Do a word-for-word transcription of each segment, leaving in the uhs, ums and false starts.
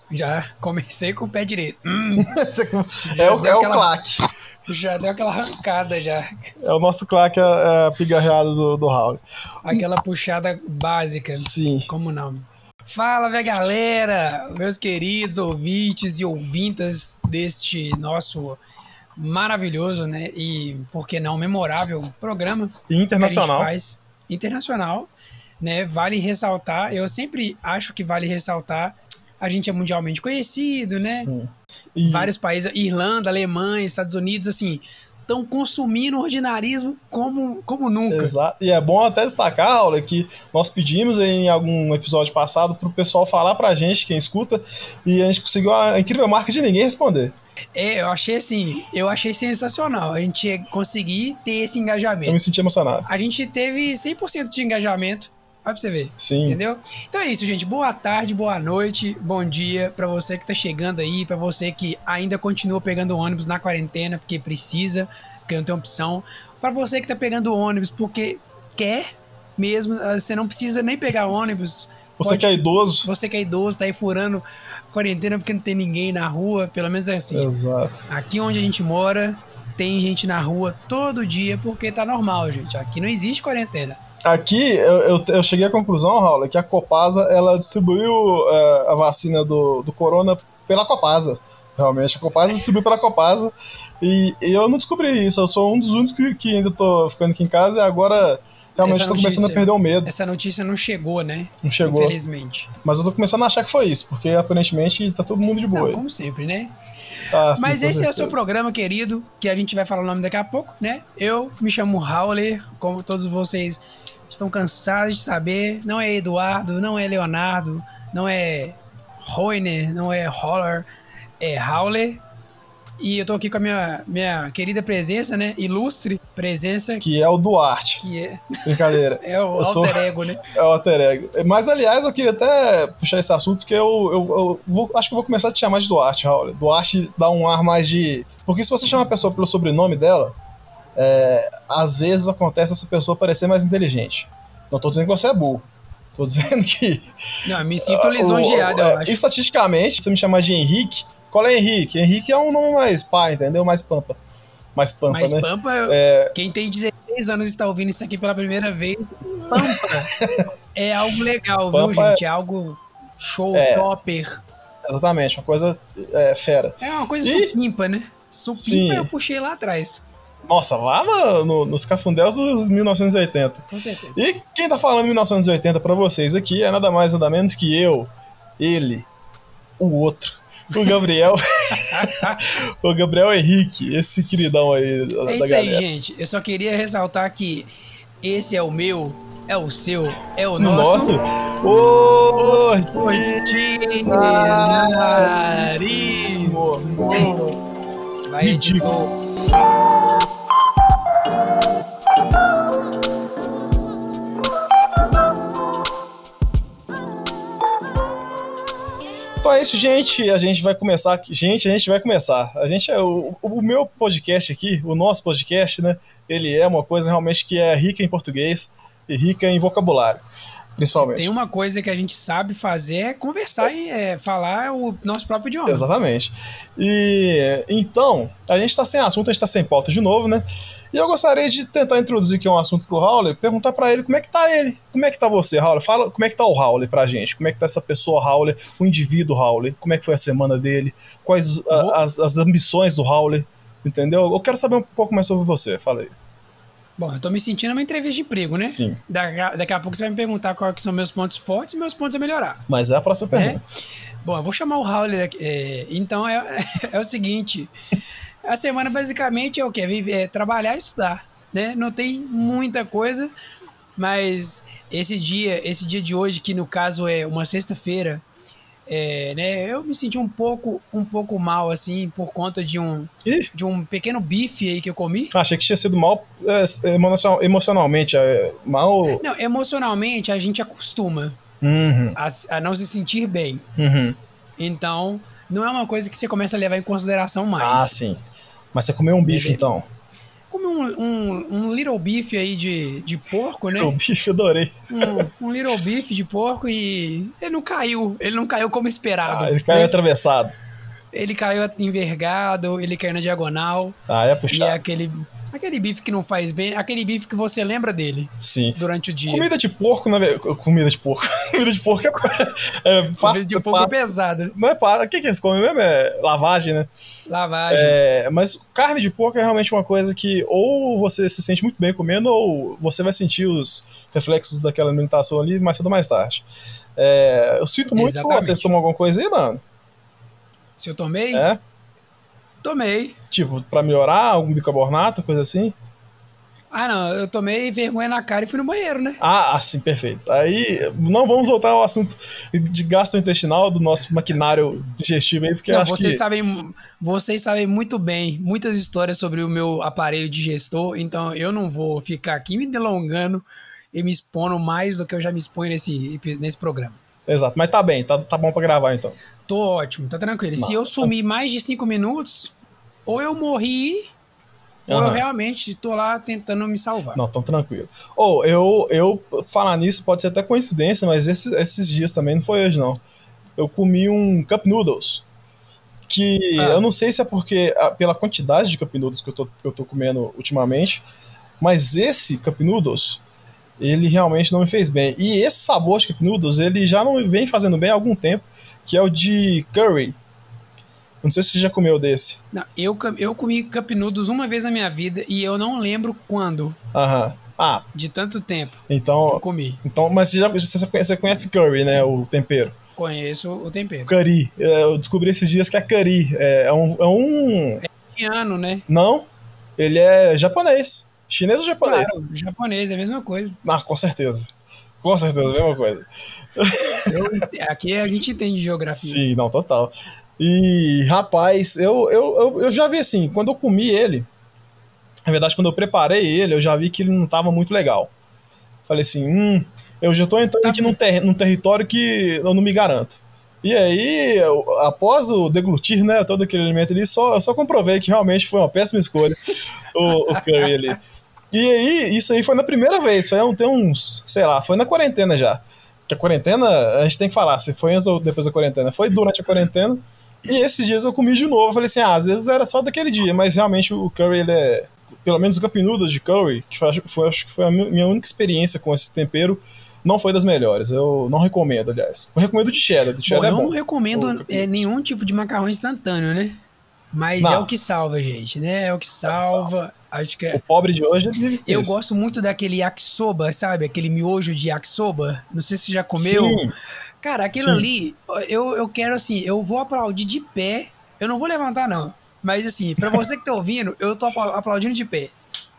Já comecei com o pé direito. Hum, é o, é aquela, o claque. Já deu aquela arrancada já. É o nosso claque, é a pigarreada do, do Raul. Aquela puxada básica. Sim. Como não? Fala, velho, galera! Meus queridos ouvintes e ouvintas deste nosso maravilhoso, né? E, por que não, memorável programa internacional. que a gente faz. Internacional, né? Vale ressaltar, eu sempre acho que vale ressaltar, a gente é mundialmente conhecido, né? Sim. E... vários países, Irlanda, Alemanha, Estados Unidos, assim, estão consumindo ordinarismo como, como nunca. Exato. E é bom até destacar, Raul, que nós pedimos em algum episódio passado pro pessoal falar pra gente, quem escuta, e a gente conseguiu a incrível marca de ninguém responder. É, eu achei assim, eu achei sensacional a gente conseguir ter esse engajamento. Eu me senti emocionado. A gente teve cem por cento de engajamento. Vai pra você ver. Sim. Entendeu? Então é isso, gente. Boa tarde, boa noite, bom dia pra você que tá chegando aí, pra você que ainda continua pegando ônibus na quarentena, porque precisa, porque não tem opção. Pra você que tá pegando ônibus porque quer mesmo, você não precisa nem pegar ônibus. Você que é idoso. Você que é idoso, tá aí furando quarentena porque não tem ninguém na rua, pelo menos é assim. Exato. Aqui onde a gente mora, tem gente na rua todo dia porque tá normal, gente. Aqui não existe quarentena. Aqui, eu, eu, eu cheguei à conclusão, Raul, que a Copasa, ela distribuiu uh, a vacina do, do Corona pela Copasa. Realmente, a Copasa distribuiu pela Copasa. E, e eu não descobri isso, eu sou um dos únicos que, que ainda tô ficando aqui em casa e agora realmente tô começando a perder o medo. Essa notícia não chegou, né? Não chegou. Infelizmente. Mas eu tô começando a achar que foi isso, porque aparentemente tá todo mundo de boa. Não, como sempre, né? Ah, sim, mas esse certeza. é o seu programa, querido, que a gente vai falar o nome daqui a pouco, né? Eu me chamo Howler, como todos vocês estão cansados de saber. Não é Eduardo, não é Leonardo, não é Roiner, não é Holler, é Howler. E eu tô aqui com a minha, minha querida presença, né? Ilustre presença. Que é o Duarte. Que é... Brincadeira. é o eu alter sou... ego, né? É o alter ego. Mas, aliás, eu queria até puxar esse assunto, porque eu, eu, eu vou, acho que eu vou começar a te chamar de Duarte, Raul. Duarte dá um ar mais de... Porque se você chama a pessoa pelo sobrenome dela, é, às vezes acontece essa pessoa parecer mais inteligente. Não tô dizendo que você é burro. Tô dizendo que... Não, eu me sinto lisonjeado, uh, eu é, acho. Estatisticamente, se você me chamar de Henrique... Qual é Henrique? Henrique é um nome mais pá, entendeu? Mais pampa. Mais pampa, mais né? Pampa, é... quem tem dezesseis anos e está ouvindo isso aqui pela primeira vez, Pampa é algo legal, Pampa viu, gente? É algo show, é... topper. Exatamente, uma coisa é, fera. É uma coisa e... supimpa, né? Supimpa Sim. Eu puxei lá atrás. Nossa, lá no, no, nos Cafundéus dos mil novecentos e oitenta. Com certeza. E quem tá falando mil novecentos e oitenta pra vocês aqui é nada mais, nada menos que eu, ele, o outro. O Gabriel. O Gabriel Henrique, esse queridão aí da, é da isso galera. aí, gente. Eu só queria ressaltar que esse é o meu, é o seu, é o nosso. Nosso? Ô, Ordinarismo. Vai, editor. Então é isso, gente. A gente vai começar. Gente, a gente vai começar. A gente é o, o meu podcast aqui, o nosso podcast, né? Ele é uma coisa realmente que é rica em português e rica em vocabulário, principalmente. Se tem uma coisa que a gente sabe fazer é conversar e é, falar o nosso próprio idioma. Exatamente. E então, a gente tá sem assunto, a gente tá sem pauta de novo, né? E eu gostaria de tentar introduzir aqui um assunto pro Raul e perguntar pra ele como é que tá ele. Como é que tá você, Raul? Fala como é que tá o Raul pra gente. Como é que tá essa pessoa, Raul, o indivíduo Raul? Como é que foi a semana dele? Quais a, as, as ambições do Raul? Entendeu? Eu quero saber um pouco mais sobre você. Fala aí. Bom, eu tô me sentindo uma entrevista de emprego, né? Sim. Daqui, daqui a pouco você vai me perguntar quais que são meus pontos fortes e meus pontos a melhorar. Mas é a próxima pergunta. É? Bom, eu vou chamar o Raul aqui. É, então, é, é o seguinte... A semana basicamente é o quê? É trabalhar e estudar, né? Não tem muita coisa, mas esse dia, esse dia de hoje, que no caso é uma sexta-feira, é, né? Eu me senti um pouco, um pouco mal, assim, por conta de um, de um pequeno bife aí que eu comi. Ah, achei que tinha sido mal é, emocionalmente, é, mal... Não, emocionalmente a gente acostuma uhum. a, a não se sentir bem. Uhum. Então, não é uma coisa que você começa a levar em consideração mais. Ah, sim. Mas você comeu um bife, Bebê. então? comi um, um, um little beef aí de, de porco, né? O bicho, adorei. Um, um little beef de porco e ele não caiu. Ele não caiu como esperado. Ah, ele caiu né? atravessado. Ele caiu envergado, ele caiu na diagonal. Ah, é E é puxado. aquele, aquele bife que não faz bem, aquele bife que você lembra dele Sim. durante o dia. Comida de porco, na ve- Comida de porco. Comida de porco é. é Comida fácil, de porco é pesado, né? Não é fácil. O que, que eles comem mesmo? É lavagem, né? Lavagem. É, mas carne de porco é realmente uma coisa que ou você se sente muito bem comendo, ou você vai sentir os reflexos daquela alimentação ali mais cedo ou mais tarde. É, eu sinto muito por Exatamente. vocês tomam alguma coisa aí, mano. Se eu tomei? É? Tomei. Tipo, pra melhorar, algum bicarbonato, coisa assim? Ah, não, eu tomei vergonha na cara e fui no banheiro, né? Ah, assim, perfeito. Aí, não vamos voltar ao assunto de gastrointestinal do nosso maquinário digestivo aí, porque eu Não, acho vocês que... sabem, vocês sabem muito bem muitas histórias sobre o meu aparelho digestor, então eu não vou ficar aqui me delongando e me expondo mais do que eu já me exponho nesse, nesse programa. Exato, mas tá bem, tá, tá bom pra gravar então. Tô ótimo, tá tranquilo. Não, Se eu tá sumir mais de cinco minutos, ou eu morri, ou eu Aham. realmente tô lá tentando me salvar. Não, tão tranquilo. Ou, eu, eu, falar nisso pode ser até coincidência, mas esses, esses dias também não foi hoje, não. Eu comi um Cup Noodles, que Ah. eu não sei se é porque, ah, pela quantidade de Cup Noodles que eu tô, que eu tô comendo ultimamente, mas esse Cup Noodles, ele realmente não me fez bem. E esse sabor de Cup Noodles, ele já não vem fazendo bem há algum tempo, que é o de curry. Não sei se você já comeu desse. Não, eu, eu comi Cup Noodles uma vez na minha vida e eu não lembro quando, Aham. Ah, de tanto tempo que eu então, comi. então mas você, já, você conhece, você conhece curry, né? O tempero. Conheço o tempero. Curry. É, eu descobri esses dias que é curry. É, é um, é um. Indiano, né? Não, ele é japonês. Chinês ou japonês? Claro, japonês, é a mesma coisa. Ah, com certeza. Com certeza, a mesma coisa. Eu, aqui a gente entende geografia. Sim, não, total. E, rapaz, eu, eu, eu, eu já vi assim, quando eu comi ele, na verdade, quando eu preparei ele, eu já vi que ele não estava muito legal. Falei assim, hum, eu já estou entrando Tá aqui num, bom. ter, num território que eu não me garanto. E aí, eu, após o deglutir, né, todo aquele alimento ali, só, eu só comprovei que realmente foi uma péssima escolha o, o curry ali. E aí, isso aí foi na primeira vez, foi um, tem uns, sei lá, foi na quarentena já. Que a quarentena, a gente tem que falar, se foi antes ou depois da quarentena. Foi durante a quarentena. E esses dias eu comi de novo. Eu falei assim, ah, às vezes era só daquele dia, mas realmente o curry, ele é. Pelo menos o Cup Noodles de curry, que foi, foi, acho que foi a minha única experiência com esse tempero, não foi das melhores. Eu não recomendo, aliás. Eu recomendo de cheddar. De cheddar Bom, é eu bom. não recomendo O Cup é, Noodles. nenhum tipo de macarrão instantâneo, né? Mas Não. é o que salva, gente, né? É o que salva. Acho que O é. pobre de hoje, ele vive com Eu isso. gosto muito daquele yakisoba, sabe? Aquele miojo de yakisoba. Não sei se você já comeu. Sim, Cara, aquilo sim. ali, eu, eu quero assim, eu vou aplaudir de pé. Eu não vou levantar, não. Mas assim, pra você que tá ouvindo, eu tô apla- aplaudindo de pé.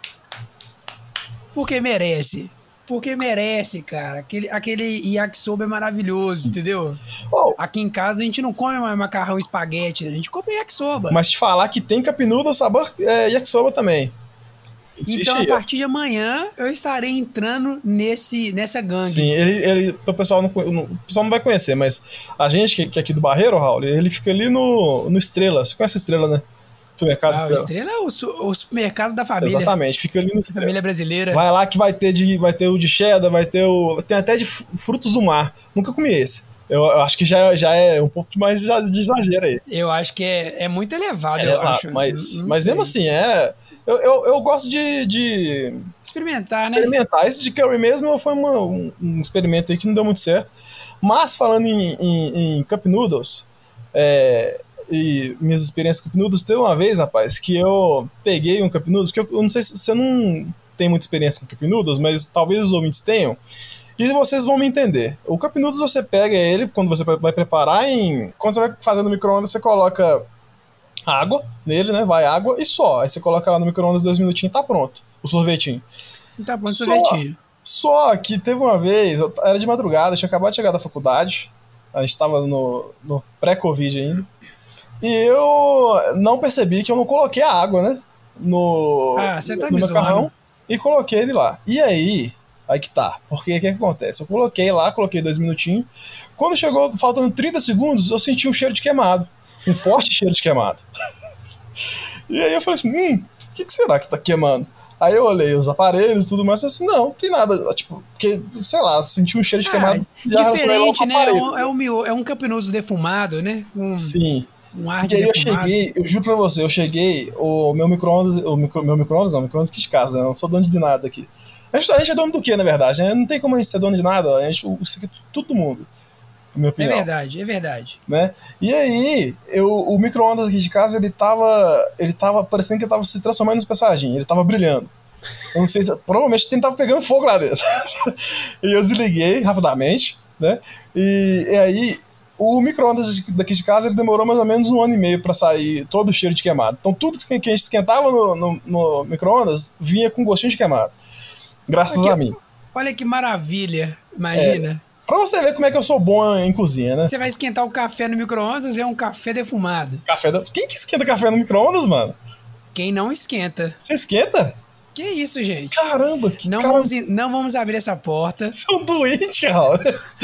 Porque merece. Porque merece, cara. Aquele, aquele yakisoba é maravilhoso, entendeu? Oh, Aqui em casa a gente não come mais macarrão e espaguete, a gente come yakisoba. mas te falar que tem Cup Noodles sabor é, yakisoba também. Existe Então, a aí, ó. partir de amanhã, eu estarei entrando nesse, nessa gangue. Sim, ele, ele o, pessoal não, não- o pessoal não vai conhecer, mas a gente que, que é aqui do Barreiro, Raul, ele fica ali no, no Estrela. Você conhece o Estrela, né? Supermercado Ah, o Estrela. Estrela é o, su- o supermercado da família. Exatamente, fica ali no Estrela. Família brasileira. Vai lá que vai ter, de, vai ter o de cheddar, vai ter o. Tem até de fr- frutos do mar. Nunca comi esse. Eu, eu acho que já, já é um pouco mais de de exagero aí. Eu acho que é, é muito elevado, É eu elevado, acho. mas, Não mas sei. mesmo assim, é. Eu, eu, eu gosto de, de Experimentar, né? experimentar. Esse de curry mesmo foi uma- um, um experimento aí que não deu muito certo. Mas falando em, em, em Cup Noodles, é, e minhas experiências com Cup Noodles, teve uma vez, rapaz, que eu peguei um Cup Noodles, porque eu, eu não sei se você não tem muita experiência com Cup Noodles, mas talvez os ouvintes tenham, e vocês vão me entender. O Cup Noodles você pega ele, quando você vai preparar, em, quando você vai fazer no micro-ondas, você coloca água nele, né? Vai água e só. Aí você coloca lá no micro-ondas dois minutinhos e tá pronto. O sorvetinho. Tá bom, Só- sorvetinho. Só que teve uma vez, eu, era de madrugada, eu tinha acabado de chegar da faculdade, a gente tava no, no pré-Covid ainda, e eu não percebi que eu não coloquei a água, né? No, Ah, você tá no me macarrão zoando. e coloquei ele lá. E aí, aí que tá. Porque o que, que acontece? Eu coloquei lá, coloquei dois minutinhos. Quando chegou, faltando trinta segundos, eu senti um cheiro de queimado. Um forte cheiro de queimado. E aí eu falei assim, hum, o que, que, que será que tá queimando? Aí eu olhei os aparelhos e tudo mais, e assim, não, não tem nada, tipo, porque, sei lá, senti um cheiro de Ah, queimado. Já relacionei logo com diferente, né? É aparelhos, um, é um, mio- é um Cup Noodles defumado, né? Um, sim. um ar E de aí eu defumado. cheguei, eu juro pra você, eu cheguei, o meu micro-ondas, o micro, meu micro-ondas não, micro-ondas aqui de casa, né? Eu não sou dono de nada aqui. A gente, a gente é dono do quê, na verdade? Né? Não tem como a gente ser dono de nada, a gente, isso aqui é tudo do mundo, na minha É opinião. verdade, é verdade. Né? E aí, eu, o micro-ondas aqui de casa, ele tava, ele tava parecendo que ele tava se transformando em Super Saiyajin, ele tava brilhando. Eu não sei, se, provavelmente ele tava pegando fogo lá dentro. E eu desliguei rapidamente, né? E, e aí, o micro-ondas daqui de casa, ele demorou mais ou menos um ano e meio pra sair todo o cheiro de queimado. Então tudo que a gente esquentava no, no, no micro-ondas vinha com gostinho de queimado. Graças Aqui, a mim. olha que maravilha, É, imagina. pra você ver como é que eu sou bom em cozinha, né? Você vai esquentar o café no micro-ondas, vê um café defumado. Café da... Quem que esquenta café no micro-ondas, mano? Quem não esquenta? Você esquenta? Que isso, gente? Caramba, que Não cara. vamos, não vamos abrir essa porta. São doentes, Raul.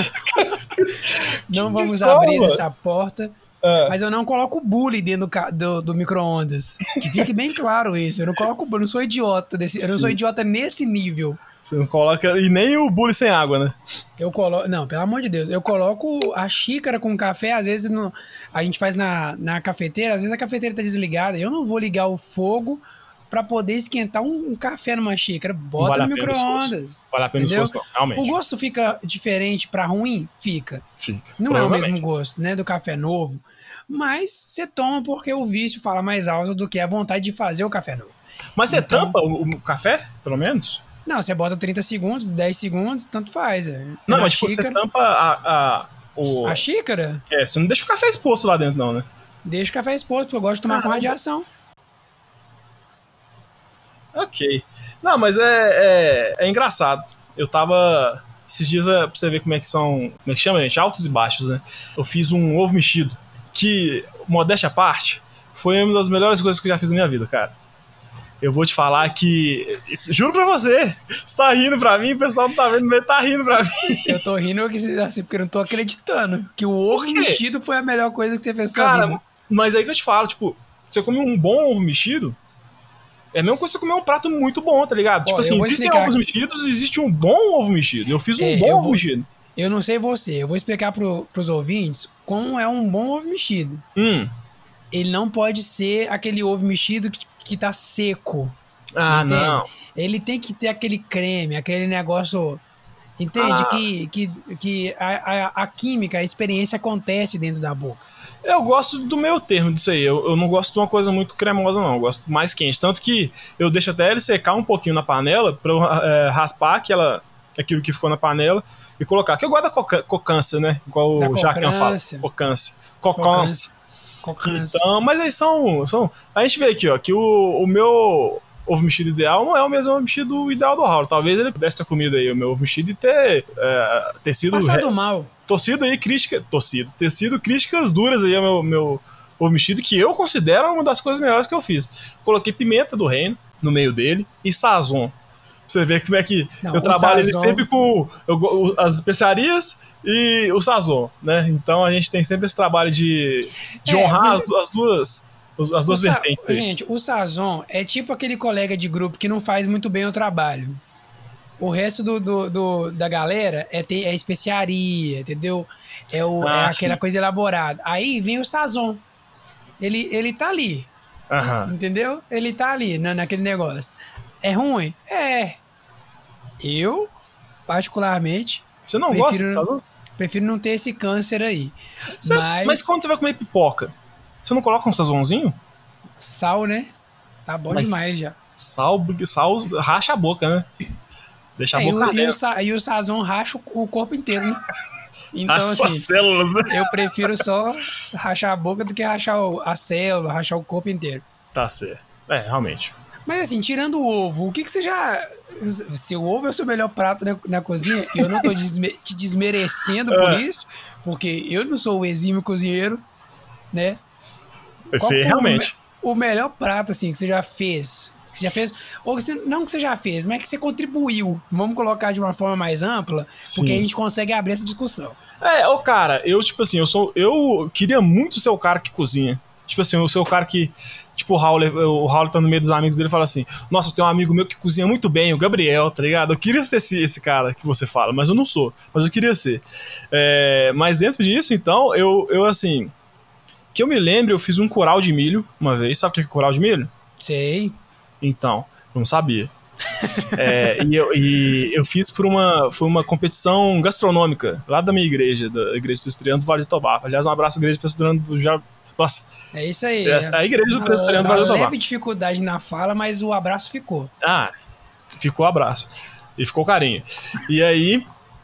Que Não vamos abrir bizarro. essa porta. É. Mas eu não coloco bullying dentro do, ca- do, do micro-ondas. Que fique bem claro isso. Eu não coloco bullying, eu não sou idiota desse, eu não sou Sim. idiota nesse nível. Você não coloca. E nem o bule sem água, né? Eu coloco. Não, pelo amor de Deus. Eu coloco a xícara com café, às vezes no, a gente faz na, na cafeteira, às vezes a cafeteira tá desligada. Eu não vou ligar o fogo pra poder esquentar um, um café numa xícara. Bota vale no a pena o esforço. micro-ondas. Vale a pena o Entendeu? esforço, não. Realmente. O gosto fica diferente pra ruim? Fica. Fica. Não é o Provavelmente. mesmo gosto, né, do café novo. Mas você toma porque o vício fala mais alto do que a vontade de fazer o café novo. Mas você Então- tampa o, o café, pelo menos? Não, você bota trinta segundos, dez segundos, tanto faz. É. Não, Na mas tipo, você xícara, tampa a. a o... a xícara, É, você não deixa o café exposto lá dentro, não, né? deixa o café exposto, porque eu gosto de tomar com Caramba. radiação. Ok. Não, mas é, é, é engraçado. Eu tava. Esses dias, é, pra você ver como é que são. Como é que chama, gente? Altos e baixos, né? Eu fiz um ovo mexido. Que, modéstia à parte, foi uma das melhores coisas que eu já fiz na minha vida, cara. Eu vou te falar que. Juro pra você! Você tá rindo pra mim, o pessoal não tá vendo, mas tá rindo pra mim. Eu tô rindo assim, porque eu não tô acreditando que o ovo quê? mexido foi a melhor coisa que você fez na sua Cara, vida. mas aí que eu te falo, tipo, você come um bom ovo mexido, é a mesma coisa que você comer um prato muito bom, tá ligado? Ó, tipo eu assim, vou existem explicar ovos aqui. mexidos e existe um bom ovo mexido. Eu fiz um É, bom eu ovo vou- mexido. Eu não sei você, eu vou explicar pro, pros ouvintes como é um bom ovo mexido. Hum. Ele não pode ser aquele ovo mexido que, que tá seco. Ah, Entende? não. Ele tem que ter aquele creme, aquele negócio. Entende? Ah. Que, que, que a, a, a química, a experiência acontece dentro da boca. Eu gosto do meio termo disso aí. Eu, eu não gosto de uma coisa muito cremosa, não. Eu gosto mais quente. Tanto que eu deixo até ele secar um pouquinho na panela pra eu é, raspar aquela, aquilo que ficou na panela e colocar. Que eu gosto da coca, cocância, né? Igual Da o Jacan fala. cocância. Cocância. Cocância. Cocância. Então, mas aí são, são. A gente vê aqui, ó, que o, o meu ovo mexido ideal não é o mesmo ovo mexido ideal do Raul. Talvez ele pudesse ter comido aí o meu ovo mexido e ter, é, ter sido. Passado mal. Torcido aí, crítica. Torcido. Ter sido críticas duras aí ao meu, meu ovo mexido, que eu considero uma das coisas melhores que eu fiz. Coloquei pimenta do reino no meio dele e sazon. Pra você ver como é que Não, eu o trabalho ele sazon- sempre com eu go- as especiarias e o sazon, né? Então a gente tem sempre esse trabalho de, de É, honrar mas- as, du- as duas, os- as duas O sa- vertentes aí. Gente, o sazon é tipo aquele colega de grupo que não faz muito bem o trabalho. O resto do, do, do- da galera é, ter, é especiaria, entendeu? É, o, Ah, é aquela sim. coisa elaborada. Aí vem o sazon. Ele, ele tá ali, Aham. entendeu? Ele tá ali na, naquele negócio. É ruim? É. Eu, particularmente, Você não Prefiro- gosta de sazon? prefiro não ter esse câncer aí. Você- mas, mas quando você vai comer pipoca, você não coloca um sazonzinho? sal, né? Tá bom Mas- demais já. Sal, sal racha a boca, né? Deixa a É, e, boca o, e, o, ardendo. sa- e o sazon racha o, o corpo inteiro, né? Então, Racha suas assim, células, né? eu prefiro só rachar a boca do que rachar o- a célula, rachar o corpo inteiro. Tá certo. É, realmente. Mas assim, tirando o ovo, o que, que você já. Se o ovo é o seu melhor prato na, na cozinha, e eu não tô desme- te desmerecendo por É. isso, porque eu não sou o exímio cozinheiro, né? Qual Você foi realmente. O, me- o melhor prato, assim, que você já fez? Que você já fez. Ou que você, não que você já fez, mas que você contribuiu. Vamos colocar de uma forma mais ampla, porque Sim. a gente consegue abrir essa discussão. É, ô cara, eu, tipo assim, eu sou. Eu queria muito ser o cara que cozinha. Tipo assim, o seu cara que... Tipo, o Raul, o Raul tá no meio dos amigos dele e fala assim, nossa, eu tenho um amigo meu que cozinha muito bem, o Gabriel, tá ligado? Eu queria ser esse, esse cara que você fala, mas eu não sou. Mas eu queria ser. É, mas dentro disso, então, eu, eu assim... Que eu me lembro, eu fiz um curau de milho uma vez. Sabe o que é curau de milho? Sei. Então, eu não sabia. É, e, eu, e eu fiz por uma, foi uma competição gastronômica lá da minha igreja, da Igreja Presbiteriana do Vale do Itabaco. Aliás, um abraço à Igreja Presbiteriana do já, nossa, É isso aí. essa é a Igreja do Uma, Presbiteriano do uma Vale do leve Itabaco. dificuldade na fala, mas o abraço ficou. Ah, ficou abraço. E ficou carinho. E aí,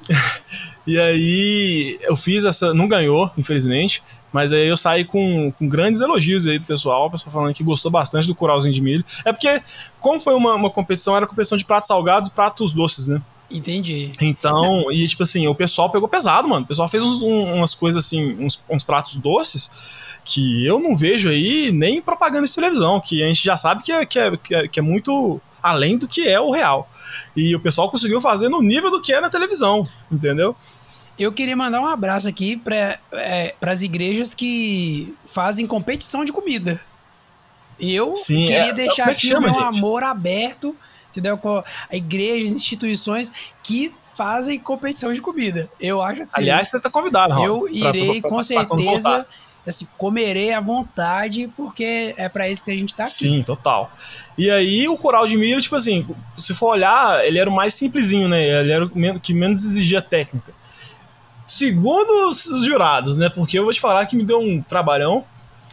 e aí eu fiz essa, não ganhou, infelizmente. Mas aí eu saí com, com grandes elogios aí do pessoal, o pessoal falando que gostou bastante do curauzinho de milho. É porque, como foi uma, uma competição, era competição de pratos salgados e pratos doces, né? Entendi. Então, e tipo assim, o pessoal pegou pesado, mano. O pessoal fez uns, um, umas coisas assim, uns, uns pratos doces que eu não vejo aí nem propaganda de televisão, que a gente já sabe que é, que é, que é, que é muito além do que é o real. E o pessoal conseguiu fazer no nível do que é na televisão, entendeu? Eu queria mandar um abraço aqui para é, as igrejas que fazem competição de comida. Eu Sim, queria é, deixar como é que aqui chama, o meu gente? amor aberto, entendeu? Com igrejas, instituições que fazem competição de comida. Eu acho assim. Aliás, você tá convidado, Raul, Eu pra, pra, irei pra com participar quando voltar. certeza, assim, comerei à vontade, porque é para isso que a gente tá aqui. Sim, total. E aí o curau de milho, tipo assim, se for olhar, ele era o mais simplesinho, né? Ele era o que menos exigia técnica. Segundo os jurados, né? Porque eu vou te falar que me deu um trabalhão,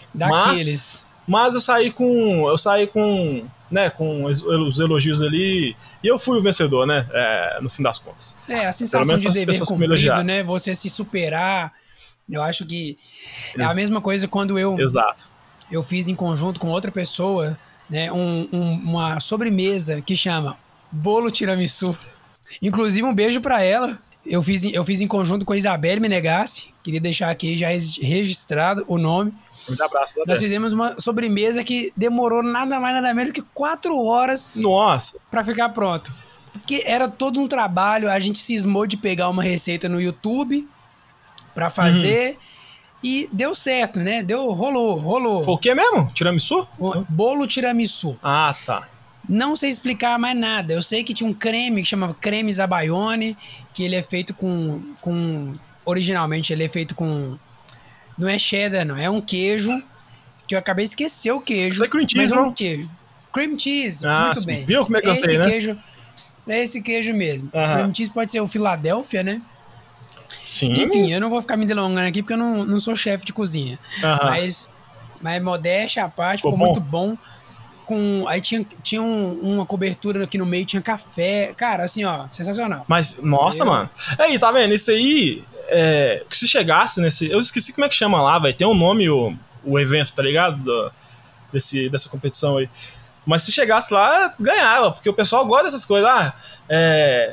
mas, Daqueles. mas eu saí com, eu saí com, né? Com os elogios ali e eu fui o vencedor, né? É, no fim das contas. É, a Pelo sensação menos de as dever pessoas que me cumprido, elogiaram. né? Você se superar. Eu acho que é a Ex mesma coisa quando eu, exato. eu fiz em conjunto com outra pessoa, né? Um, um, uma sobremesa que chama Bolo Tiramisu. Inclusive, um beijo pra ela. Eu fiz, eu fiz em conjunto com a Isabelle Menegassi. Queria deixar aqui já registrado o nome. Um abraço, Nós fizemos uma sobremesa que demorou nada mais nada menos que quatro horas Nossa. pra ficar pronto. Porque era todo um trabalho, a gente cismou de pegar uma receita no YouTube pra fazer, uhum. E deu certo, né? Deu, rolou, rolou. Foi o que mesmo? Tiramisu? O bolo tiramisu. Ah, tá. Não sei explicar mais nada. Eu sei que tinha um creme que chama creme Zabayone, que ele é feito com, com... Originalmente ele é feito com... Não é cheddar, não. É um queijo, que eu acabei de esquecer o queijo. Isso é cream cheese, mas é um não? queijo. Cream cheese, Ah, muito sim. bem. Viu como é que eu esse sei, né? Queijo, é esse queijo mesmo. Uhum. Cream cheese pode ser o Philadelphia, né? Sim. Enfim, eu não vou ficar me delongando aqui porque eu não, não sou chefe de cozinha. Uhum. Mas, mas modéstia à parte, ficou, ficou muito bom. Com, aí tinha, tinha um, uma cobertura aqui no meio, tinha café. Cara, assim, ó, sensacional. Mas, nossa, eu... mano. Aí, tá vendo? Isso aí, é, se chegasse nesse... Eu esqueci como é que chama lá, vai ter um nome o, o evento, tá ligado? Do, desse, dessa competição aí. Mas se chegasse lá, ganhava, porque o pessoal gosta dessas coisas. Ah, é...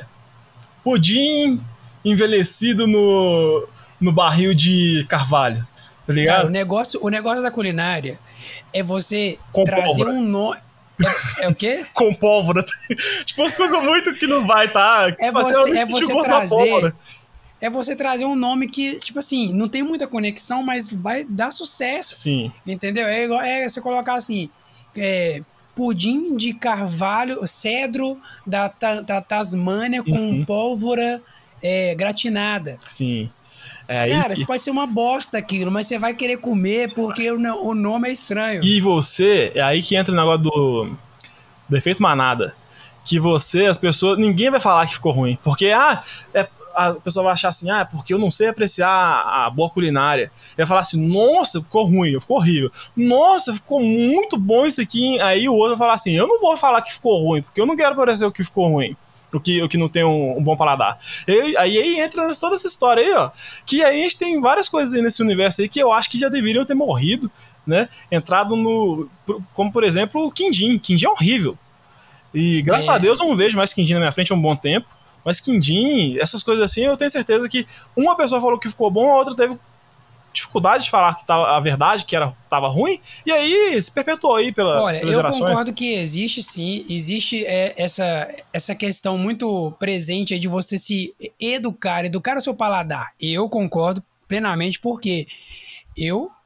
Pudim envelhecido no, no barril de carvalho, tá ligado? Cara, o negócio, o negócio da culinária é você com trazer pólvora. um nome... É, é o quê? Com pólvora. Tipo, as coisas muito que não vai, tá? É você, é você trazer... É você trazer um nome que, tipo assim, não tem muita conexão, mas vai dar sucesso. Sim. Entendeu? É igual é você colocar assim... É, pudim de carvalho, cedro da, da Tasmânia com uhum. pólvora é, gratinada. Sim. É Cara, que... pode ser uma bosta aquilo, mas você vai querer comer porque o, o nome é estranho. E você, é aí que entra o negócio do, do efeito manada. Que você, as pessoas, ninguém vai falar que ficou ruim. Porque, ah, é, a pessoa vai achar assim, ah, porque eu não sei apreciar a boa culinária. Vai falar assim, nossa, ficou ruim, ficou horrível. Nossa, ficou muito bom isso aqui. Aí o outro vai falar assim, eu não vou falar que ficou ruim, porque eu não quero parecer o que ficou ruim. O que, o que não tem um, um bom paladar. E, aí, aí entra toda essa história aí, ó. Que aí a gente tem várias coisas aí nesse universo aí que eu acho que já deveriam ter morrido, né? Entrado no... Como, por exemplo, o quindim. Quindim é horrível. E graças é. a Deus eu não vejo mais quindim na minha frente há um bom tempo. Mas quindim, essas coisas assim, eu tenho certeza que uma pessoa falou que ficou bom, a outra teve dificuldade de falar que tava a verdade, que era, tava ruim, e aí se perpetuou aí pela, Olha, pelas eu gerações. concordo que existe sim, existe é, essa, essa questão muito presente aí de você se educar, educar o seu paladar. Eu concordo plenamente porque eu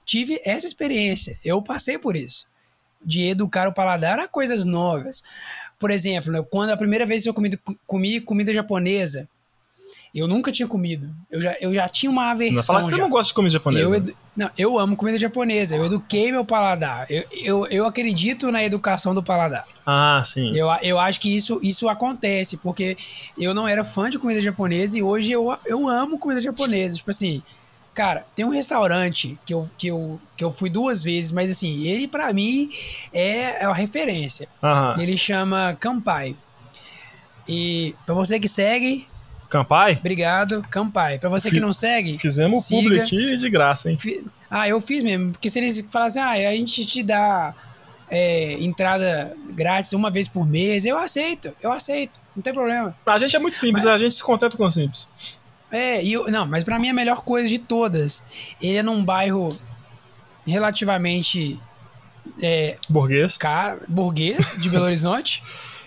tive essa experiência, eu passei por isso, de educar o paladar a coisas novas. Por exemplo, né, quando a primeira vez que eu comi, comi comida japonesa, eu nunca tinha comido. Eu já, eu já tinha uma aversão. Você vai falar que você já. não gosta de comida japonesa. Eu edu... Não, eu amo comida japonesa. Eu eduquei meu paladar. Eu, eu, eu acredito na educação do paladar. Ah, sim. Eu, eu acho que isso, isso acontece, porque eu não era fã de comida japonesa e hoje eu, eu amo comida japonesa. Tipo assim, cara, tem um restaurante que eu, que eu, que eu fui duas vezes, mas assim, ele pra mim é, é uma referência. Aham. Ele chama Kampai. E pra você que segue... Campai? Obrigado, Campai. Pra você Fi- que não segue, Fizemos o siga. publi aqui de graça, hein? Fi- Ah, eu fiz mesmo. Porque se eles falassem, ah, a gente te dá é, entrada grátis uma vez por mês, eu aceito, eu aceito. Não tem problema. A gente é muito simples, Mas- a gente se contenta com o simples. É, e eu, não, mas pra mim a melhor coisa de todas, ele é num bairro relativamente Burguês. ca- burguês de Belo Horizonte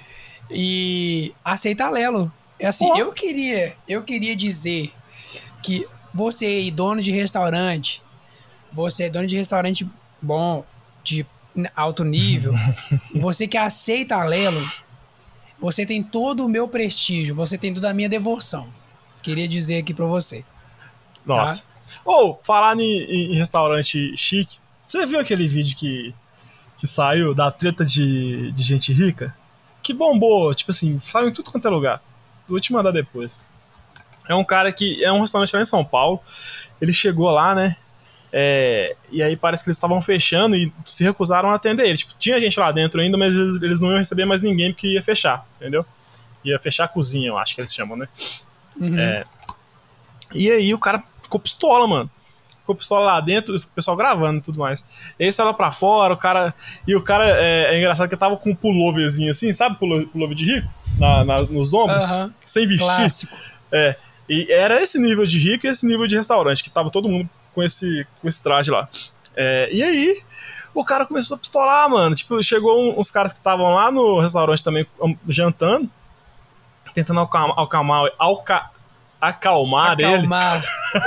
e aceita Alelo. É assim, Ó. eu queria, eu queria dizer que você aí, dono de restaurante, você é dono de restaurante bom, de alto nível, você que aceita Alelo, você tem todo o meu prestígio, você tem toda a minha devoção. Queria dizer aqui pra você. Nossa. Ou, falar em, em restaurante chique, você viu aquele vídeo que, que saiu da treta de, de gente rica? Que bombou, tipo assim, saiu em tudo quanto é lugar. Vou te mandar depois. É um cara que... É um restaurante lá em São Paulo. Ele chegou lá, né? É, e aí parece que eles estavam fechando e se recusaram a atender ele. Tipo, tinha gente lá dentro ainda, mas eles, eles não iam receber mais ninguém porque ia fechar, entendeu? Ia fechar a cozinha, eu acho que eles chamam, né? Uhum. É, e aí o cara ficou pistola, mano. Ficou pistola lá dentro, o pessoal gravando e tudo mais. E aí saiu lá pra fora, o cara... E o cara, é, é engraçado que tava com um pulloverzinho assim, sabe? Pullover, pullover de rico? Na, na, nos ombros, Aham. sem vestir. Clássico. É, e era esse nível de rico e esse nível de restaurante, que tava todo mundo com esse, com esse traje lá. É, e aí, o cara começou a pistolar, mano. Tipo, chegou um, uns caras que estavam lá no restaurante também um, jantando, tentando acalmar, acalmar, alca, acalmar, ele. Acalmar.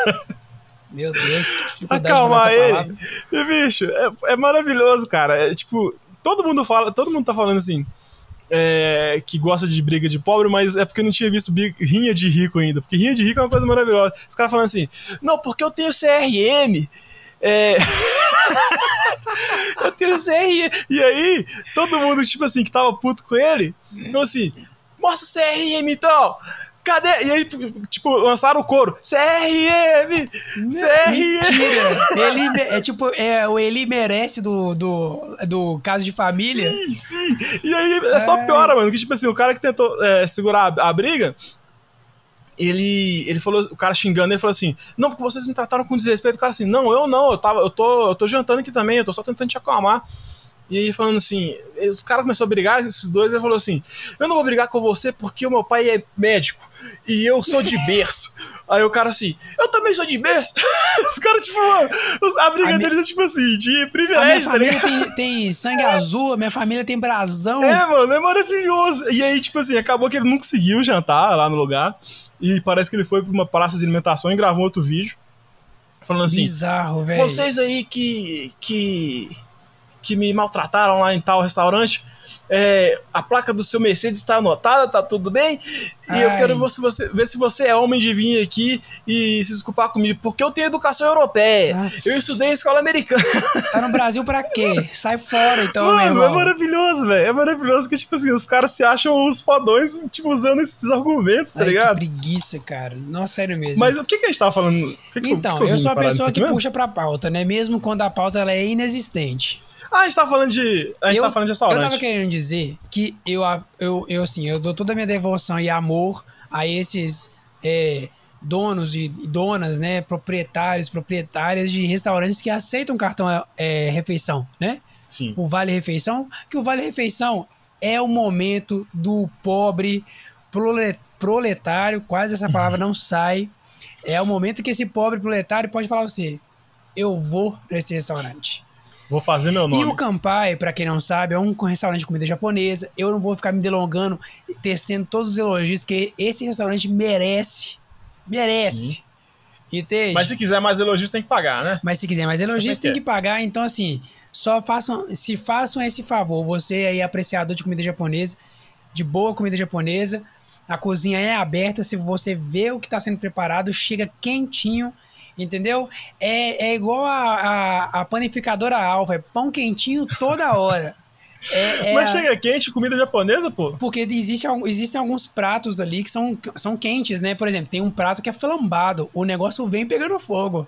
Meu Deus, que dificuldade de Acalmar falar essa ele. palavra. E, bicho, é, é maravilhoso, cara. É, tipo, todo mundo fala, todo mundo tá falando assim, é, que gosta de briga de pobre, mas é porque eu não tinha visto briga- rinha de rico ainda. Porque rinha de rico é uma coisa maravilhosa. Os caras falando assim, não, porque eu tenho C R M. É... eu tenho C R M. E aí, todo mundo, tipo assim, que tava puto com ele, falou assim, mostra o C R M então. Cadê? E aí, tipo, lançaram o coro. C R M! C R M! Mentira! Ele me- é tipo, é, o ele merece do, do, do caso de família. Sim, sim. E aí é só piora, mano. Que tipo assim, o cara que tentou é, segurar a, a briga, ele, ele falou, o cara xingando, ele falou assim, não, porque vocês me trataram com desrespeito. O cara assim, não, eu não, eu, tava, eu, tô, eu tô jantando aqui também, eu tô só tentando te acalmar. E aí falando assim, os caras começaram a brigar, esses dois, ele falou assim, eu não vou brigar com você porque o meu pai é médico e eu sou de berço. Aí o cara assim, eu também sou de berço. Os caras, tipo, mano, a briga A deles é tipo assim, de A minha privilégio, tá família ligado? tem, tem sangue azul, a minha família tem brasão. É, mano, é maravilhoso. E aí, tipo assim, acabou que ele não conseguiu jantar lá no lugar. E parece que ele foi pra uma praça de alimentação e gravou outro vídeo. Falando assim, Bizarro, velho. vocês aí que, que, que me maltrataram lá em tal restaurante, é, a placa do seu Mercedes está anotada, tá tudo bem? E eu Ai. quero você, você- ver se você é homem de vir aqui e se desculpar comigo, porque eu tenho educação europeia. Aff. Eu estudei em escola americana. Tá no Brasil pra quê? Sai fora, então, meu Mano, é irmão. maravilhoso, velho. É maravilhoso que, tipo assim, os caras se acham os fodões, tipo, usando esses argumentos, tá Ai, que ligado? preguiça, cara. Nossa, sério mesmo. Mas o que, que a gente tava falando? O que que Então, que eu vim sou a parar pessoa nisso que aqui mesmo? puxa pra pauta, né? Mesmo quando a pauta ela é inexistente. Ah, a gente tava falando de. A gente eu, tava falando de eu restaurante. tava querendo dizer que eu, eu, eu, assim, eu dou toda a minha devoção e amor a esses é, donos e donas, né? Proprietários, proprietárias de restaurantes que aceitam cartão é, refeição, né? Sim. O Vale Refeição, que o Vale Refeição é o momento do pobre prole- proletário, quase essa palavra não sai. É o momento que esse pobre proletário pode falar assim, eu vou nesse restaurante. Vou fazer meu nome. E o Kampai, pra quem não sabe, é um restaurante de comida japonesa. Eu não vou ficar me delongando, tecendo todos os elogios que esse restaurante merece. Merece. Sim. Entende? Mas se quiser mais elogios, tem que pagar, né? Mas se quiser mais elogios, tem que pagar. Então, assim, só façam, se façam esse favor, você aí, apreciador de comida japonesa, de boa comida japonesa, a cozinha é aberta, se você vê o que está sendo preparado, chega quentinho, entendeu? É, é igual a, a, a panificadora Alva, é pão quentinho toda hora. É, é Mas a... chega quente comida japonesa, pô? Porque existe, existem alguns pratos ali que são, são quentes, né? Por exemplo, tem um prato que é flambado, o negócio vem pegando fogo.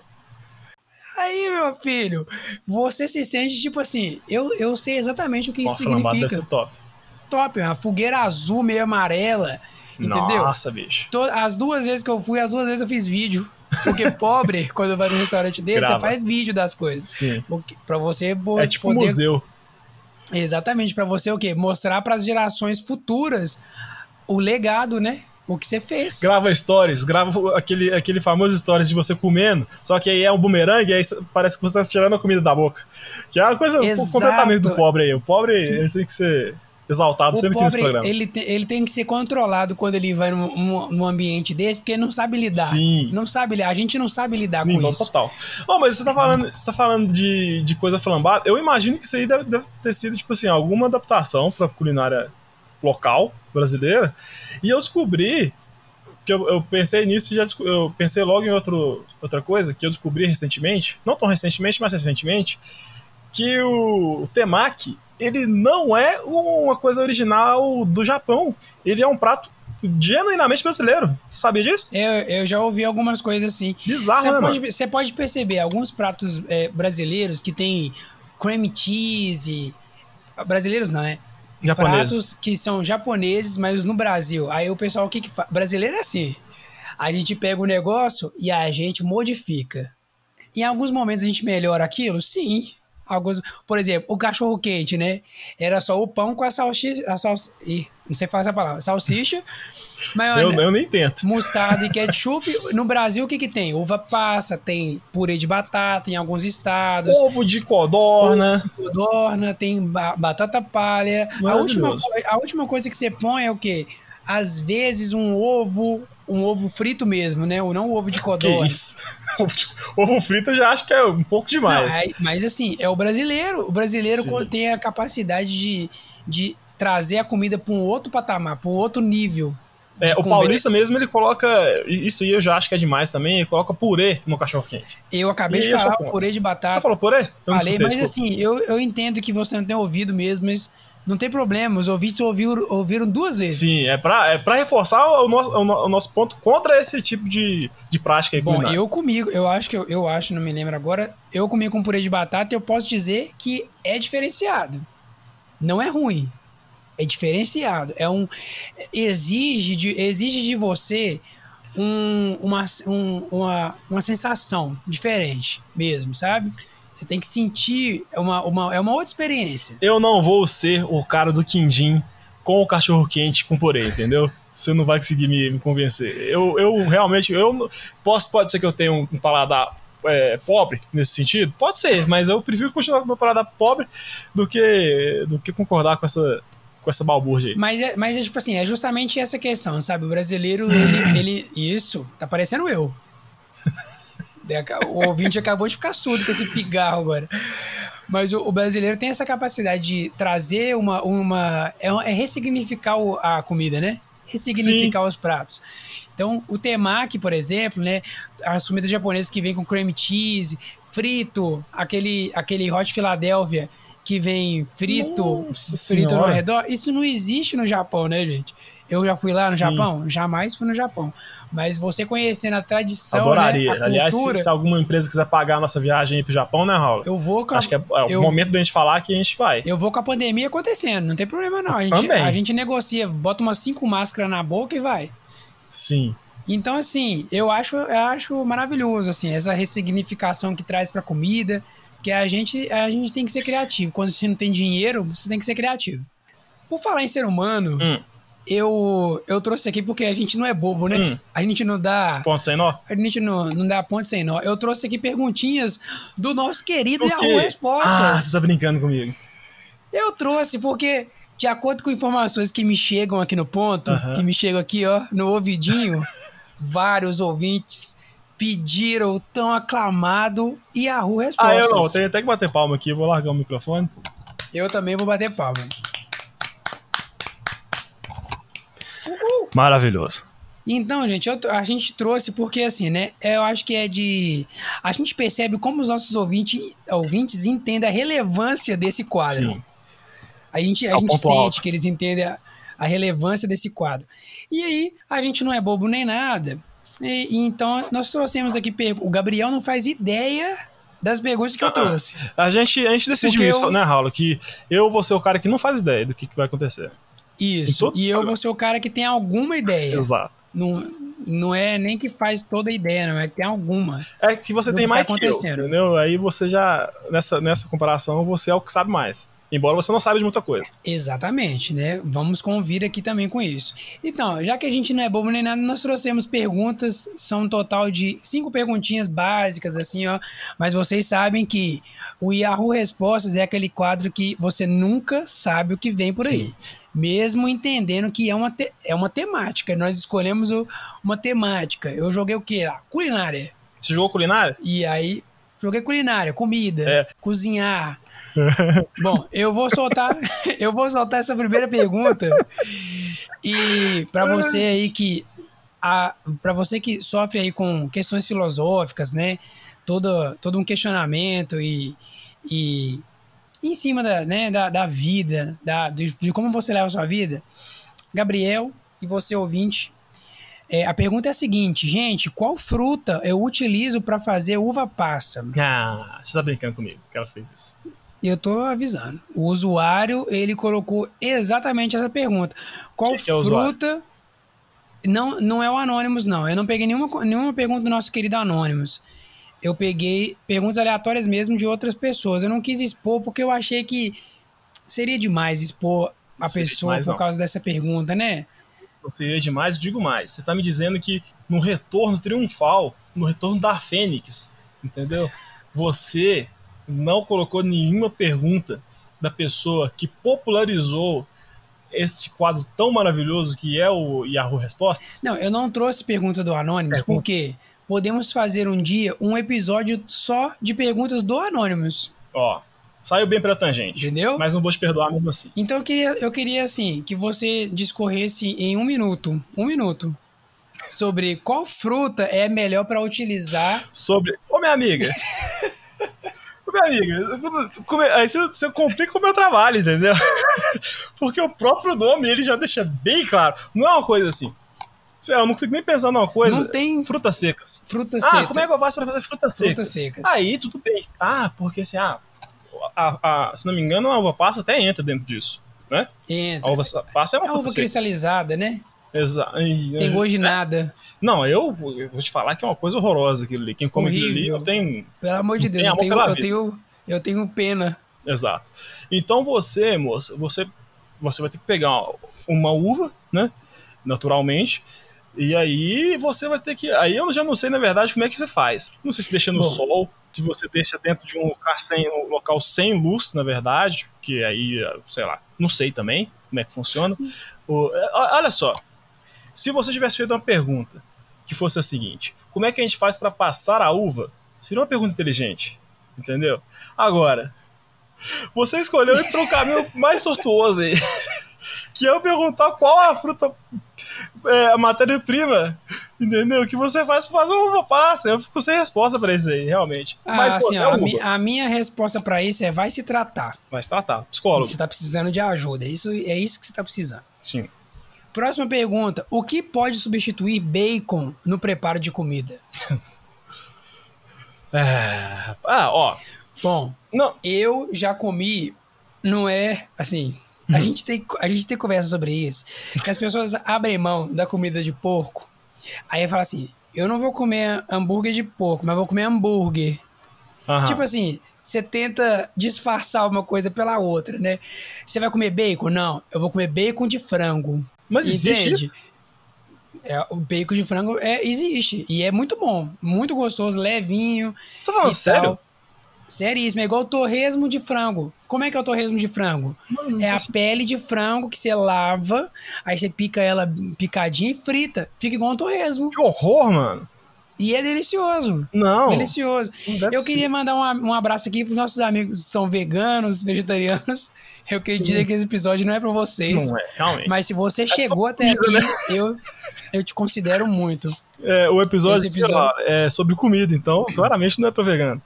Aí, meu filho, você se sente tipo assim, eu, eu sei exatamente o que isso Ó, flambado significa. deve ser top. Top, uma fogueira azul meio amarela, entendeu? Nossa, bicho. As duas vezes que eu fui, as duas vezes eu fiz vídeo. Porque pobre, quando vai num restaurante desse, Grava. você faz vídeo das coisas. Sim. Pra você É tipo poder... museu. Exatamente, pra você o quê? Mostrar pras gerações futuras o legado, né? O que você fez. Grava stories, grava aquele, aquele famoso stories de você comendo, só que aí é um bumerangue, aí parece que você tá tirando a comida da boca. Que é uma coisa Exato. completamente do pobre aí. O pobre, ele tem que ser exaltado o sempre pobre, aqui nesse programa. Ele, te, ele tem que ser controlado quando ele vai num, num ambiente desse, porque ele não sabe lidar. Sim. Não sabe lidar. A gente não sabe lidar Sim, com não, isso. Total. Oh, mas você tá falando, você tá falando de, de coisa flambada. Eu imagino que isso aí deve, deve ter sido, tipo assim, alguma adaptação pra culinária local brasileira. E eu descobri que eu, eu pensei nisso e já eu pensei logo em outro, outra coisa que eu descobri recentemente, não tão recentemente, mas recentemente, que o, o temaki, ele não é uma coisa original do Japão. Ele é um prato genuinamente brasileiro. Você sabia disso? Eu, eu já ouvi algumas coisas assim. Bizarro, Você né, pode, mano? você pode perceber alguns pratos é, brasileiros que tem cream cheese. Brasileiros não, é? Japoneses. Pratos que são japoneses, mas no Brasil. Aí o pessoal, o que que faz? Brasileiro é assim. A gente pega o negócio e a gente modifica. Em alguns momentos a gente melhora aquilo? Sim. Alguns, por exemplo, o cachorro quente, né? Era só o pão com a salsicha. A salsi, ih, não sei falar essa palavra. Salsicha, maionese, eu, eu nem tento. mostarda e ketchup. No Brasil, o que que tem? Uva passa, tem purê de batata em alguns estados. Ovo de codorna. Ovo de codorna, tem ba batata palha. A última, a última coisa que você põe é o quê? Às vezes um ovo, um ovo frito mesmo, né? Ou não o ovo de codorna. Que isso? Ovo frito eu já acho que é um pouco demais. Não, é, mas assim, é o brasileiro. O brasileiro Sim. tem a capacidade de, de trazer a comida para um outro patamar, para um outro nível. É, o conversa. paulista mesmo, ele coloca, isso aí eu já acho que é demais também, ele coloca purê no cachorro-quente. Eu acabei e de falar purê de batata. Você falou purê? Eu Falei, mas desculpa. Assim, eu, eu entendo que você não tem ouvido mesmo, mas não tem problema, os ouvintes ouviram, ouviram duas vezes. Sim, é pra, é pra reforçar o nosso, o nosso ponto contra esse tipo de, de prática aí. Bom, culinária. Eu comigo, eu acho que eu, eu acho, não me lembro agora, eu comi com purê de batata e eu posso dizer que é diferenciado. Não é ruim. É diferenciado. É um, exige, de, exige de você um, uma, um, uma, uma sensação diferente mesmo, sabe? Você tem que sentir, é uma, uma, é uma outra experiência. Eu não vou ser o cara do quindim com o cachorro quente com purê, entendeu? Você não vai conseguir me, me convencer. Eu, eu realmente, eu posso, pode ser que eu tenha um, um paladar é, pobre nesse sentido, pode ser, mas eu prefiro continuar com o meu paladar pobre do que, do que concordar com essa com essa balbúrdia aí. Mas é, mas é tipo assim, é justamente essa questão, sabe? O brasileiro, ele, ele isso, tá parecendo eu. O ouvinte acabou de ficar surdo com esse pigarro agora. Mas o, o brasileiro tem essa capacidade de trazer uma... uma é, é ressignificar o, a comida, né? Ressignificar Sim. os pratos. Então, o temaki, por exemplo, né? As comidas japonesas que vêm com cream cheese, frito, aquele, aquele hot Philadelphia que vem frito, Nossa frito senhora. no redor. Isso não existe no Japão, né, gente? Eu já fui lá no Sim. Japão? Jamais fui no Japão. Mas você conhecendo a tradição, Adoraria. Né, a Aliás, cultura, se, se alguma empresa quiser pagar a nossa viagem aí pro Japão, né, Raul? Eu vou com a, Acho que é, é o eu, momento da gente falar que a gente vai. Eu vou com a pandemia acontecendo, não tem problema não. A gente, Também. A gente negocia, bota umas cinco máscaras na boca e vai. Sim. Então, assim, eu acho, eu acho maravilhoso, assim, essa ressignificação que traz pra comida, que a gente, a gente tem que ser criativo. Quando você não tem dinheiro, você tem que ser criativo. Por falar em ser humano... Hum. Eu, eu trouxe aqui porque a gente não é bobo, né? Hum. A gente não dá... Ponto sem nó? A gente não, não dá ponto sem nó. Eu trouxe aqui perguntinhas do nosso querido Yahoo Respostas. Ah, você tá brincando comigo. Eu trouxe porque, de acordo com informações que me chegam aqui no ponto, uh-huh. que me chegam aqui, ó, no ouvidinho, vários ouvintes pediram o tão aclamado Yahoo Ah, Respostas. eu não, tenho até que bater palma aqui, eu vou largar o microfone. Eu também vou bater palma. Maravilhoso. Então, gente, eu, a gente trouxe porque, assim, né, eu acho que é de... A gente percebe como os nossos ouvintes, ouvintes entendem a relevância desse quadro. Sim. A gente, a É o gente ponto sente alto. que eles entendem a, a relevância desse quadro. E aí, a gente não é bobo nem nada. E, e então, nós trouxemos aqui... O Gabriel não faz ideia das perguntas que eu trouxe. A gente, a gente decidiu Porque isso, eu- né, Raul? Que eu vou ser o cara que não faz ideia do que, que vai acontecer. Em Isso. todos E os eu vou programas. ser o cara que tem alguma ideia. Exato. Não, não é nem que faz toda a ideia, não é que tem alguma. É que você do tem que tá mais que eu, acontecendo. entendeu? Aí você já, nessa, nessa comparação, você é o que sabe mais. Embora você não saiba de muita coisa. Exatamente, né? Vamos convir aqui também com isso. Então, já que a gente não é bobo nem nada, nós trouxemos perguntas, são um total de cinco perguntinhas básicas, assim, ó. Mas vocês sabem que o Yahoo Respostas é aquele quadro que você nunca sabe o que vem por aí. Sim. Mesmo entendendo que é uma, te- é uma temática. Nós escolhemos o- uma temática. Eu joguei o quê? Ah, culinária. Você jogou culinária? E aí, joguei culinária, comida, É. cozinhar. Bom, eu vou soltar, eu vou soltar essa primeira pergunta. E para você aí que a para você que sofre aí com questões filosóficas, né? Todo todo um questionamento e, e em cima da, né, da, da vida, da, de, de como você leva a sua vida, Gabriel e você ouvinte, é, a pergunta é a seguinte, gente, qual fruta eu utilizo para fazer uva passa? Ah, você tá brincando comigo que ela fez isso. Eu tô avisando. O usuário, ele colocou exatamente essa pergunta. Qual Que que é o usuário? fruta... Não, não é o Anonymous, não. Eu não peguei nenhuma, co- nenhuma pergunta do nosso querido Anonymous. Eu peguei perguntas aleatórias mesmo de outras pessoas. Eu não quis expor porque eu achei que seria demais expor a Seria pessoa demais, por não. causa dessa pergunta, né? Não seria demais, digo mais. Você tá me dizendo que no retorno triunfal, no retorno da Fênix, entendeu? Você não colocou nenhuma pergunta da pessoa que popularizou este quadro tão maravilhoso que é o Yahoo Respostas? Não, eu não trouxe pergunta do Anonymous Pergunta. porque podemos fazer um dia um episódio só de perguntas do Anonymous. Ó, saiu bem pela tangente. Entendeu? Mas não vou te perdoar mesmo assim. Então eu queria, eu queria assim, que você discorresse em um minuto, um minuto, sobre qual fruta é melhor para utilizar. Sobre. Ô, minha amiga! Ô, minha amiga, come- aí você, você complica o meu trabalho, entendeu? Porque o próprio nome ele já deixa bem claro. Não é uma coisa assim. Sei lá, eu não consigo nem pensar numa coisa. Não tem Frutas secas. fruta Ah, seca. como é que eu faço pra fazer frutas Frutas secas? secas. Aí, tudo bem. Ah, porque assim, ah, a, a- se não me engano, a uva passa até entra dentro disso, né? Entra. A uva passa é uma É fruta uva seca. cristalizada, né? Exato. Tem gosto de nada. Não, eu, eu vou te falar que é uma coisa horrorosa aquilo ali. Quem come aquilo ali Horrível. não tem. Pelo amor de Não Deus, tem eu amor tenho, pela eu, vida. tenho, eu tenho pena. Exato. Então você, moça, você, você vai ter que pegar uma uva, né? Naturalmente. E aí você vai ter que. Aí eu já não sei, na verdade, como é que você faz. Não sei se deixa no Bom. sol, se você deixa dentro de um local sem, um local sem luz, na verdade, que aí, sei lá, não sei também como é que funciona. O- olha só, se você tivesse feito uma pergunta que fosse a seguinte: como é que a gente faz para passar a uva? Seria uma pergunta inteligente, entendeu? Agora, você escolheu ir para um caminho mais tortuoso aí, que é eu perguntar qual a fruta, é, a matéria-prima, entendeu? Que você faz para fazer uma uva passa. Eu fico sem resposta para isso aí, realmente. Ah, Mas, pô, assim, você é ó, a, uva. mi- a minha resposta para isso é vai se tratar. Mas tá, tá. Psicólogo. Você tá precisando de ajuda. Isso, é isso que você tá precisando. Sim. Próxima pergunta. O que pode substituir bacon no preparo de comida? É... Ah, ó. Bom, Não. eu já comi, não é assim. A gente tem, a gente tem conversa sobre isso. Que as pessoas abrem mão da comida de porco. Aí fala assim: eu não vou comer hambúrguer de porco, mas vou comer hambúrguer. Aham. Tipo assim, você tenta disfarçar uma coisa pela outra, né? Você vai comer bacon? Não, eu vou comer bacon de frango. Mas existe Entende? isso? É, o bacon de frango é, existe. E é muito bom. Muito gostoso, levinho. Você tá falando e sério? tal. Seríssimo, é igual o torresmo de frango. Como é que é o torresmo de frango? Mano, não É a faço- pele de frango que você lava, aí você pica ela picadinha e frita. Fica igual um torresmo. Que horror, mano. E é delicioso. Não. Delicioso. Não deve Eu ser. queria mandar um, um abraço aqui pros nossos amigos que são veganos, vegetarianos. Eu queria Sim. dizer que esse episódio não é pra vocês. Não é, realmente. Mas se você chegou só até comida, aqui, né? eu, eu te considero muito. É, o episódio, Esse aqui, episódio- ó, é sobre comida, então claramente não é pra vegano.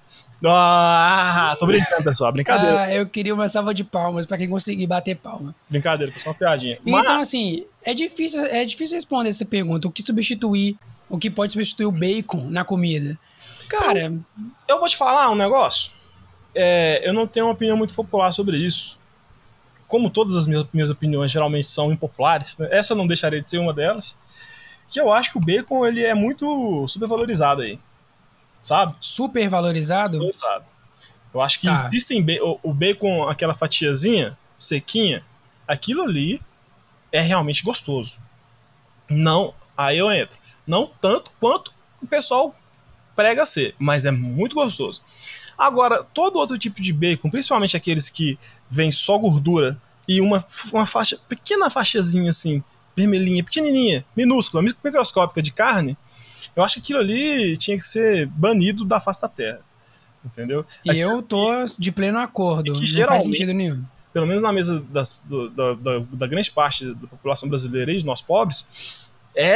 Ah, tô brincando, pessoal. Brincadeira. Ah, eu queria uma salva de palmas pra quem conseguir bater palma. Brincadeira, pessoal, uma piadinha. Então, Mas, assim, é difícil, é difícil responder essa pergunta. O que substituir, o que pode substituir o bacon na comida? Cara, eu vou te falar um negócio. É, eu não tenho uma opinião muito popular sobre isso. Como todas as minhas, minhas opiniões geralmente são impopulares, né? Essa não deixaria de ser uma delas. Que eu acho que o bacon ele é muito supervalorizado aí. Sabe? super valorizado. Valorizado. Eu acho que Tá. existem ba- o, o bacon, aquela fatiazinha, sequinha, aquilo ali é realmente gostoso. Não, aí eu entro. Não tanto quanto o pessoal prega ser, mas é muito gostoso. Agora, todo outro tipo de bacon, principalmente aqueles que vem só gordura e uma, uma faixa, pequena faixazinha assim, vermelhinha, pequenininha, minúscula, microscópica de carne, eu acho que aquilo ali tinha que ser banido da face da terra. Entendeu? E Aquilo eu tô de pleno acordo. é que Não faz geralmente- sentido nenhum. pelo menos na mesa das- do- da, da- da grande parte da população brasileira e de nós pobres,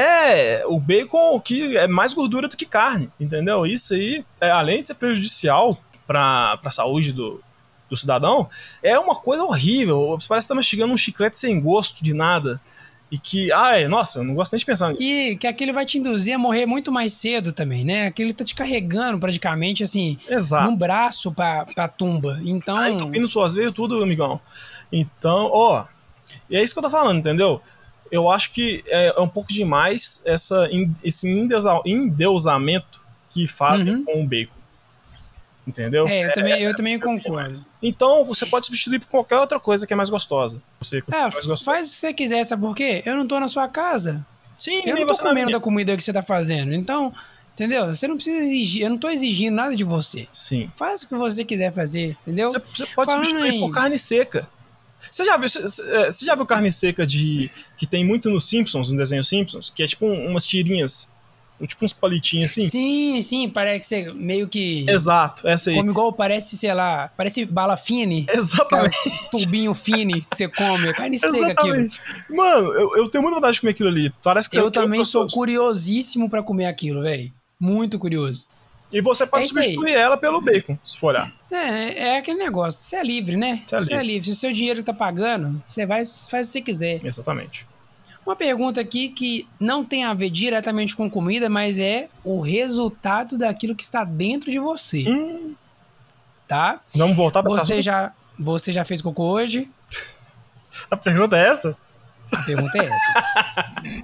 é o bacon que é mais gordura do que carne, entendeu? Isso aí, é, além de ser prejudicial para a saúde do, do cidadão, é uma coisa horrível. Você parece que tá mastigando um chiclete sem gosto de nada. E que, ai, nossa, eu não gosto nem de pensar nisso. E que aquilo vai te induzir a morrer muito mais cedo também, né? Aquilo tá te carregando praticamente, assim, Exato. num braço pra, pra tumba. Então, Tá entupindo suas veias tudo, amigão. Então, ó, e é isso que eu tô falando, entendeu? Eu acho que é, é um pouco demais essa, esse endeusa- endeusamento que fazem Uhum. com o bacon. Entendeu? é, eu também, eu também concordo. Então, você pode substituir por qualquer outra coisa que é mais gostosa. Você que é Ah, mais gostosa. faz o que você quiser, sabe por quê? Eu não tô na sua casa. Sim, Eu nem não tô você na comendo minha. da comida que você tá fazendo. Então, entendeu? Você não precisa exigir, eu não tô exigindo nada de você. Sim. Faz o que você quiser fazer, entendeu? Você, você pode Falando substituir em- por carne seca. Você já viu, você, você já viu carne seca de que tem muito nos Simpsons, no desenho Simpsons, que é tipo um- umas tirinhas, tipo uns palitinhos assim? Sim, sim, parece que você meio que Exato, essa aí. come igual, parece, sei lá, parece bala fine. Exatamente. Aquelas tubinho fine que você come, carne seca aquilo. Exatamente. Mano, eu, eu tenho muita vontade de comer aquilo ali. Parece que Eu é muito também sou gostoso. curiosíssimo pra comer aquilo, velho. Muito curioso. E você pode É isso aí. substituir ela pelo bacon, se for olhar. É, é aquele negócio, você é livre, né? Você é livre. livre. Se o seu dinheiro tá pagando, você vai, faz o que você quiser. Exatamente. Uma pergunta aqui que não tem a ver diretamente com comida, mas é o resultado daquilo que está dentro de você, Hum, tá? vamos voltar pra essa Você assunto? já, você já fez cocô hoje? A pergunta é essa? A pergunta é essa.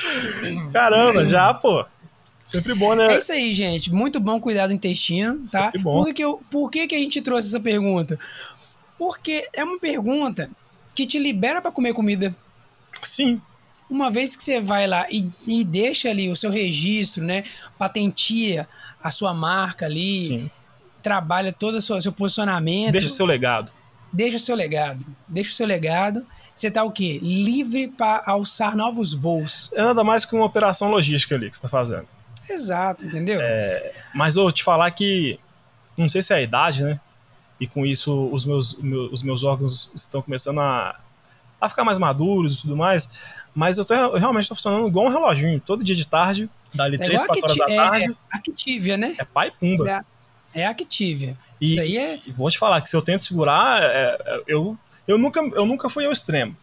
Caramba, já, pô. Sempre bom, né? É isso aí, gente. Muito bom cuidar do intestino, tá? Sempre bom. Por que, que, eu, por que, que a gente trouxe essa pergunta? Porque é uma pergunta que te libera pra comer comida. Sim. Uma vez que você vai lá e, e deixa ali o seu registro, né? Patentia a sua marca ali, Sim. trabalha todo o seu, seu posicionamento, Deixa seu legado. deixa o seu legado. Deixa o seu legado. Você tá o quê? Livre para alçar novos voos. É nada mais que uma operação logística ali que você tá fazendo. Exato, entendeu? Mas eu vou te falar que, não sei se é a idade, né? E com isso os meus, os meus órgãos estão começando a, a ficar mais maduros e tudo mais. Mas eu, tô, eu realmente tô funcionando igual um reloginho. Todo dia de tarde, dali É três, igual a quatro horas da Acti- tarde, é, Activia, né? é pai e Isso pumba. É, é Activia. E- Isso aí é... E vou te falar que se eu tento segurar, é, é, eu, eu, nunca, eu nunca fui ao extremo.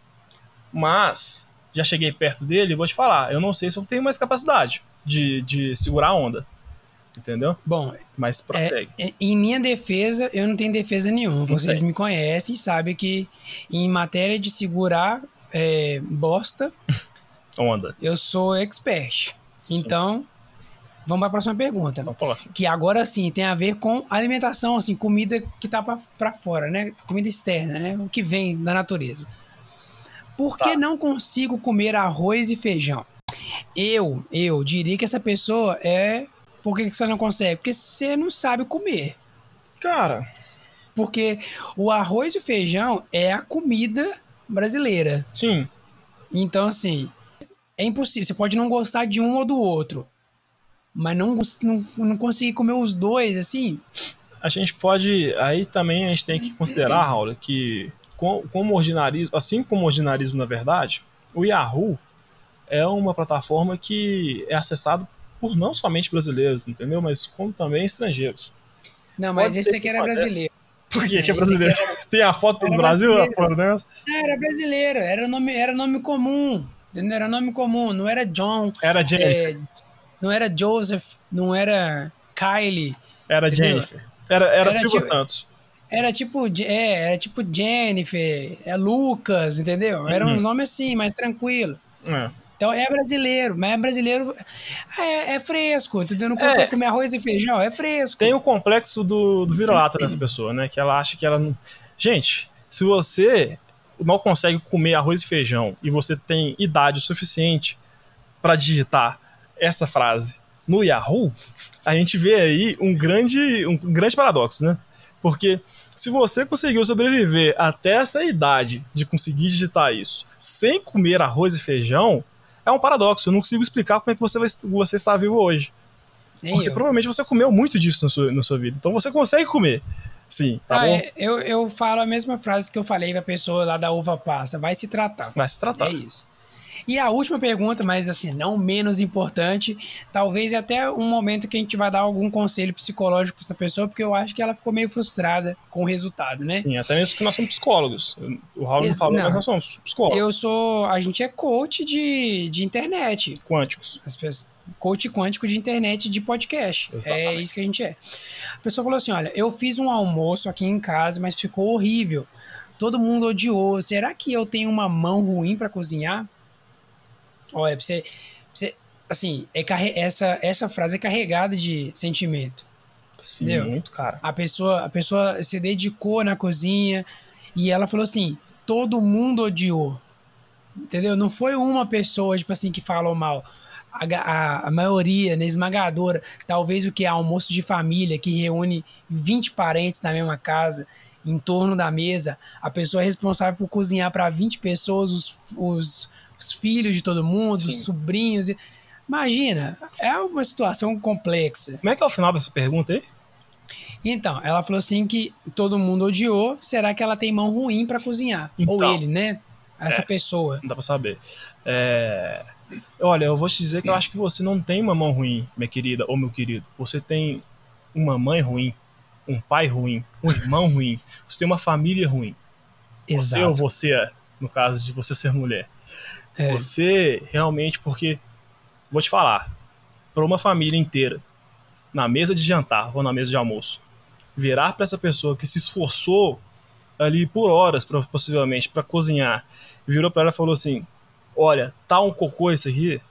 Mas já cheguei perto dele e vou te falar, eu não sei se eu tenho mais capacidade de, de segurar a onda. Entendeu? Bom, Mas prossegue. é, em minha defesa, eu não tenho defesa nenhuma. Vocês tem. me conhecem e sabem que em matéria de segurar é, bosta, Onda. eu sou expert. Sim. Então, vamos para a próxima pergunta. Então, próximo. Que agora sim tem a ver com alimentação, assim, comida que tá pra, pra fora, né? Comida externa, né? O que vem da natureza. Por que Tá. não consigo comer arroz e feijão? Eu, eu diria que essa pessoa é... Por que que você não consegue? Porque você não sabe comer. Cara, Porque o arroz e o feijão é a comida brasileira. sim. Então, assim, é impossível. Você pode não gostar de um ou do outro. mas não, não, não consegui comer os dois, assim. A gente pode... Aí também a gente tem que considerar, Raul, que como ordinarismo, assim como o ordinarismo, na verdade, o Yahoo é uma plataforma que é acessada por não somente brasileiros, entendeu? Mas como também estrangeiros. Não, mas Pode esse ser aqui que era aconteça. brasileiro. Por que, Não, que é esse aqui brasileiro? era, Tem a foto do era Brasil? A brasileiro. porra dessa? Não, era brasileiro, era nome, era nome comum. Entendeu? Era nome comum, não era John, Era Jennifer. é, não era Joseph, não era Kylie, Era entendeu? Jennifer. Era, era Era Silva tipo, Santos. era tipo, é, era tipo Jennifer, é Lucas, entendeu? Era Uhum. uns nomes assim, mais tranquilo. É. Então é brasileiro, mas é brasileiro é, é fresco, entendeu? Não É, consegue comer arroz e feijão, é tem fresco. o complexo do, do vira-lata dessa pessoa, né? Que ela acha que ela não. Gente, se você não consegue comer arroz e feijão e você tem idade o suficiente para digitar essa frase no Yahoo, a gente vê aí um grande, um grande paradoxo, né? Porque se você conseguiu sobreviver até essa idade de conseguir digitar isso sem comer arroz e feijão, é um paradoxo. Eu não consigo explicar como é que você, vai, você está vivo hoje. Nem Porque eu. provavelmente você comeu muito disso na sua, na sua vida. Então você consegue comer. Sim, tá Ah, bom? é, eu, eu falo a mesma frase que eu falei pra pessoa lá da uva passa, vai se tratar. Vai se É tratar. isso. E a última pergunta, mas assim, não menos importante, talvez é até um momento que a gente vai dar algum conselho psicológico para essa pessoa, porque eu acho que ela ficou meio frustrada com o resultado, né? Sim, até mesmo que nós somos psicólogos. O Raul não Ex- falou, mas não, nós somos psicólogos eu sou. A gente é coach de, de internet. quânticos. As pessoas, coach quântico de internet de podcast. É Exatamente. isso que a gente é. A pessoa falou assim: olha, eu fiz um almoço aqui em casa, mas ficou horrível. Todo mundo odiou. Será que eu tenho uma mão ruim para cozinhar? Olha, pra você, pra você assim, é carre, essa, essa frase é carregada de sentimento, Sim, entendeu? muito, cara. A pessoa, a pessoa se dedicou na cozinha e ela falou assim, todo mundo odiou, entendeu? Não foi uma pessoa, tipo assim, que falou mal. A, a, a maioria, né, esmagadora, talvez o que é almoço de família, que reúne vinte parentes na mesma casa, em torno da mesa, a pessoa é responsável por cozinhar para vinte pessoas, os, os, os filhos de todo mundo, os Sim. sobrinhos. Imagina, é uma situação complexa. Como é que é o final dessa pergunta aí? Então, ela falou assim que todo mundo odiou, será que ela tem mão ruim para cozinhar? Ou Então, ele, né? Essa é, pessoa. não dá pra saber. É... Olha, eu vou te dizer que eu acho que você não tem uma mão ruim, minha querida ou meu querido. Você tem uma mãe ruim, um pai ruim, um irmão ruim. Você tem uma família ruim. Você ou Exato. você, no caso de você ser mulher. É. Você realmente, porque, vou te falar, para uma família inteira, na mesa de jantar ou na mesa de almoço, virar para essa pessoa que se esforçou ali por horas, possivelmente, para cozinhar, virou para ela e falou assim: olha, tá um cocô isso aqui.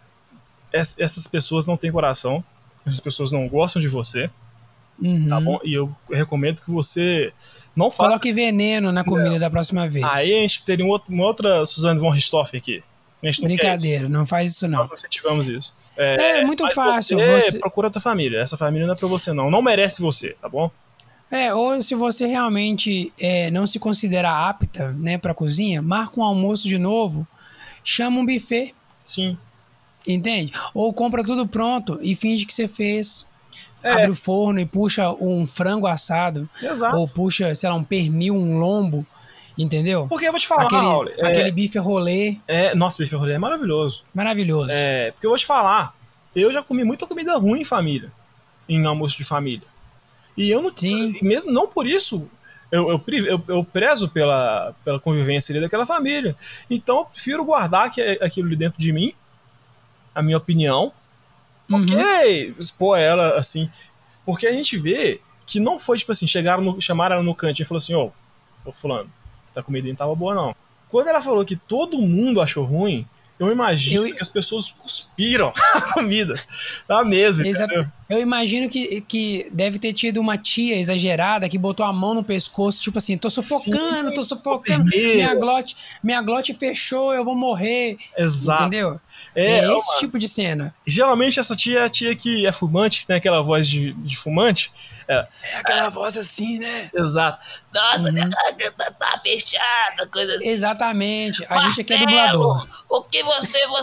Essas pessoas não têm coração, essas pessoas não gostam de você, tá bom? Uhum. E eu recomendo que você não faça. Coloque veneno na comida Não. da próxima vez. Aí a gente teria um outro, uma outra Suzane von Richthofen aqui. A gente não Brincadeira, quer isso. não faz isso não. Nós não incentivamos isso. É, É, muito mas fácil. você, Você... procura a tua família. Essa família não é pra você, não. Não merece você, tá bom? É, ou se você realmente é, não se considera apta, né, pra cozinha, marca um almoço de novo, chama um buffet, Sim. entende? Ou compra tudo pronto e finge que você fez. É. Abre o forno e puxa um frango assado. Exato. Ou puxa, sei lá, um pernil, um lombo, entendeu? Porque eu vou te falar, Aquele, Raul, é, aquele bife rolê, é, nossa, bife rolê é maravilhoso. maravilhoso. É, porque eu vou te falar, eu já comi muita comida ruim em família, em almoço de família. E eu não, Sim. mesmo não por isso, eu, eu, eu, eu prezo pela, pela convivência ali daquela família. Então eu prefiro guardar aquilo ali dentro de mim, a minha opinião, porque uhum. expor ela assim. Porque a gente vê que não foi tipo assim, chegaram no, chamaram ela no canto e falou assim: ô, oh, ô fulano, essa comida não tava boa não. Quando ela falou que todo mundo achou ruim, eu imagino eu... que as pessoas cuspiram a comida na mesa. Exato. Entendeu? Eu imagino que, que deve ter tido uma tia exagerada que botou a mão no pescoço, tipo assim, tô sufocando, Sim, tô sufocando, minha glote, minha glote fechou, eu vou morrer. Exato. Entendeu? É, é esse uma... tipo de cena. Geralmente essa tia é a tia que é fumante, que tem aquela voz de, de fumante. É, é aquela é. voz assim, né? Exato. Nossa, uhum. minha garganta tá fechada, coisa assim. Exatamente. A Marcelo, gente aqui é dublador. O que você, você,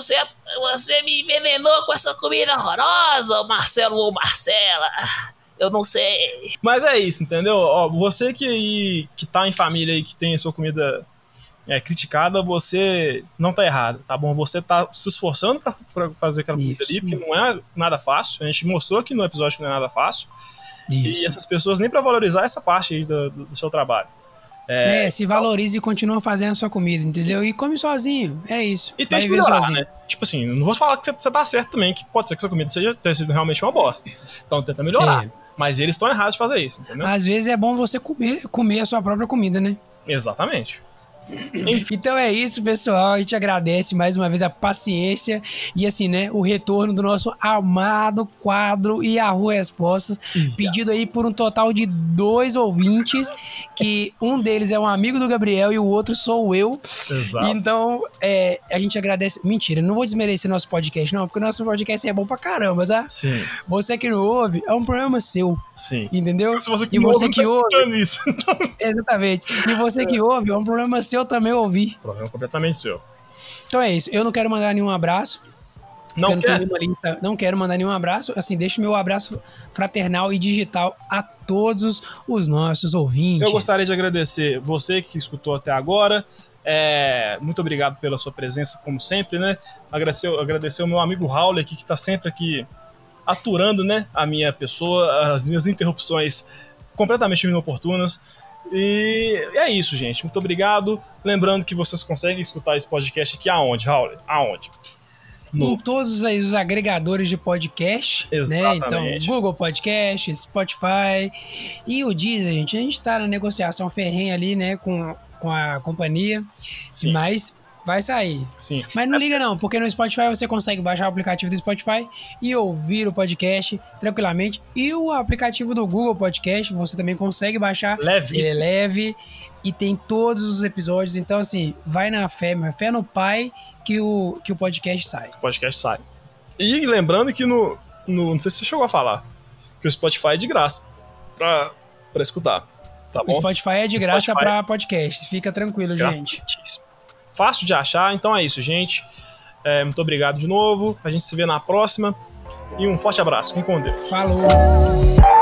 Você me envenenou com essa comida horrorosa, Marcelo ou Marcela. Eu não sei. Mas é isso, entendeu? Ó, você que, que tá em família e que tem a sua comida é, criticada, você não tá errado, tá bom? Você tá se esforçando pra, pra fazer aquela comida ali, porque não é nada fácil. A gente mostrou aqui no episódio que não é nada fácil. Isso. E essas pessoas nem pra valorizar essa parte aí do, do, do seu trabalho. É, é, se valoriza e continua fazendo a sua comida, entendeu? Sim. E come sozinho, é isso. E tem que melhorar, sozinho. Né? Tipo assim, não vou falar que você tá certo também, que pode ser que essa comida seja, tenha sido realmente uma bosta. Então tenta melhorar. É. Mas eles estão errados de fazer isso, entendeu? Às vezes é bom você comer, comer a sua própria comida, né? Exatamente. Então é isso, pessoal. A gente agradece mais uma vez a paciência e assim, né, o retorno do nosso amado quadro Yahoo Respostas, pedido aí por um total de dois ouvintes, que um deles é um amigo do Gabriel e o outro sou eu. Exato. Então, é, a gente agradece. Mentira, não vou desmerecer nosso podcast, não, porque o nosso podcast é bom pra caramba, tá? Sim. Você que não ouve, é um problema seu. Sim. Entendeu? Se você que e não você ouve, que tá ouve. Isso. Exatamente. E você é. que ouve, é um problema seu. Eu também ouvi. Problema completamente seu. Então é isso. Eu não quero mandar nenhum abraço. Não eu não quer? tenho nenhuma lista. Não quero mandar nenhum abraço. Assim, deixo meu abraço fraternal e digital a todos os nossos ouvintes. Eu gostaria de agradecer você que escutou até agora. É, muito obrigado pela sua presença, como sempre, né? Agradecer, agradecer ao meu amigo Raul aqui, que está sempre aqui aturando, né, a minha pessoa, as minhas interrupções completamente inoportunas. E é isso, gente. Muito obrigado. Lembrando que vocês conseguem escutar esse podcast aqui aonde, Raul? Aonde? No... Em todos os agregadores de podcast. Exatamente. Né? Então, Google Podcast, Spotify e o Deezer, gente. A gente tá na negociação ferrenha ali, né, com, com a companhia. Sim. Mas vai sair. Sim. Mas não liga não, porque no Spotify você consegue baixar o aplicativo do Spotify e ouvir o podcast tranquilamente. E o aplicativo do Google Podcast você também consegue baixar. Leve. Ele é leve e tem todos os episódios. Então, assim, vai na fé, fé no pai que o, que o podcast sai. O podcast sai. E lembrando que no, no... Não sei se você chegou a falar, que o Spotify é de graça pra, pra escutar. Tá bom? O Spotify é de graça Spotify... pra podcast. Fica tranquilo, gente. Fácil de achar, então é isso, gente. É, muito obrigado de novo. A gente se vê na próxima. E um forte abraço. Fiquem com Deus. Falou!